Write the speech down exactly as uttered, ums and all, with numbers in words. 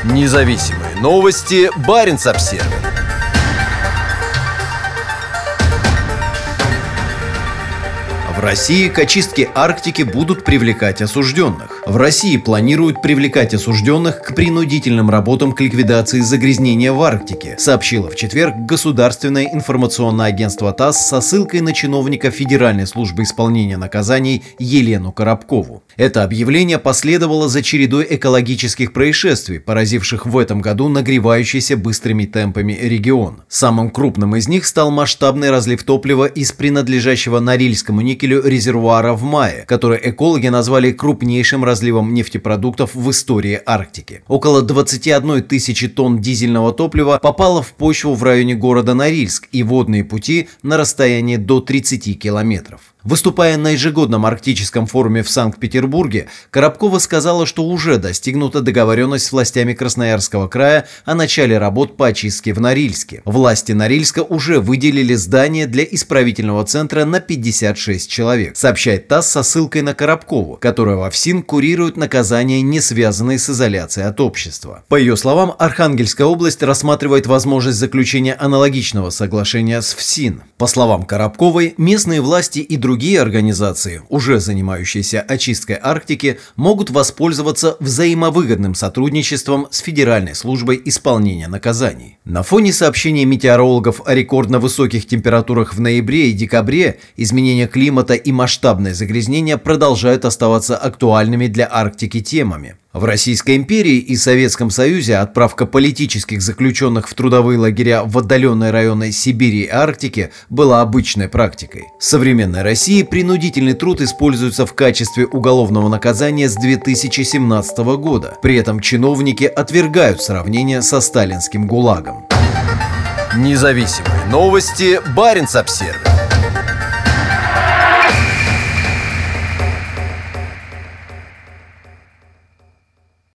Независимые новости. Баренц-Обсервис. В России к очистке Арктики будут привлекать осужденных. В России планируют привлекать осужденных к принудительным работам к ликвидации загрязнения в Арктике, сообщило в четверг Государственное информационное агентство ТАСС со ссылкой на чиновника Федеральной службы исполнения наказаний Елену Коробкову. Это объявление последовало за чередой экологических происшествий, поразивших в этом году нагревающийся быстрыми темпами регион. Самым крупным из них стал масштабный разлив топлива из принадлежащего Норильскому никелю резервуара в мае, который экологи назвали крупнейшим разливом нефтепродуктов в истории Арктики. Около двадцати одной тысячи тонн дизельного топлива попало в почву в районе города Норильск и водные пути на расстоянии до тридцати километров. Выступая на ежегодном арктическом форуме в Санкт-Петербурге, Коробкова сказала, что уже достигнута договоренность с властями Красноярского края о начале работ по очистке в Норильске. Власти Норильска уже выделили здание для исправительного центра на пятьдесят шесть человек, сообщает ТАСС со ссылкой на Коробкову, которая во ФСИН курирует наказания, не связанные с изоляцией от общества. По ее словам, Архангельская область рассматривает возможность заключения аналогичного соглашения с ФСИН. По словам Коробковой, местные власти и другие Другие организации, уже занимающиеся очисткой Арктики, могут воспользоваться взаимовыгодным сотрудничеством с Федеральной службой исполнения наказаний. На фоне сообщений метеорологов о рекордно высоких температурах в ноябре и декабре, изменение климата и масштабное загрязнение продолжают оставаться актуальными для Арктики темами. В Российской империи и Советском Союзе отправка политических заключенных в трудовые лагеря в отдаленные районы Сибири и Арктики была обычной практикой. В современной России принудительный труд используется в качестве уголовного наказания с две тысячи семнадцатого года. При этом чиновники отвергают сравнение со сталинским ГУЛАГом. Независимые новости. Баренц-Обсервис.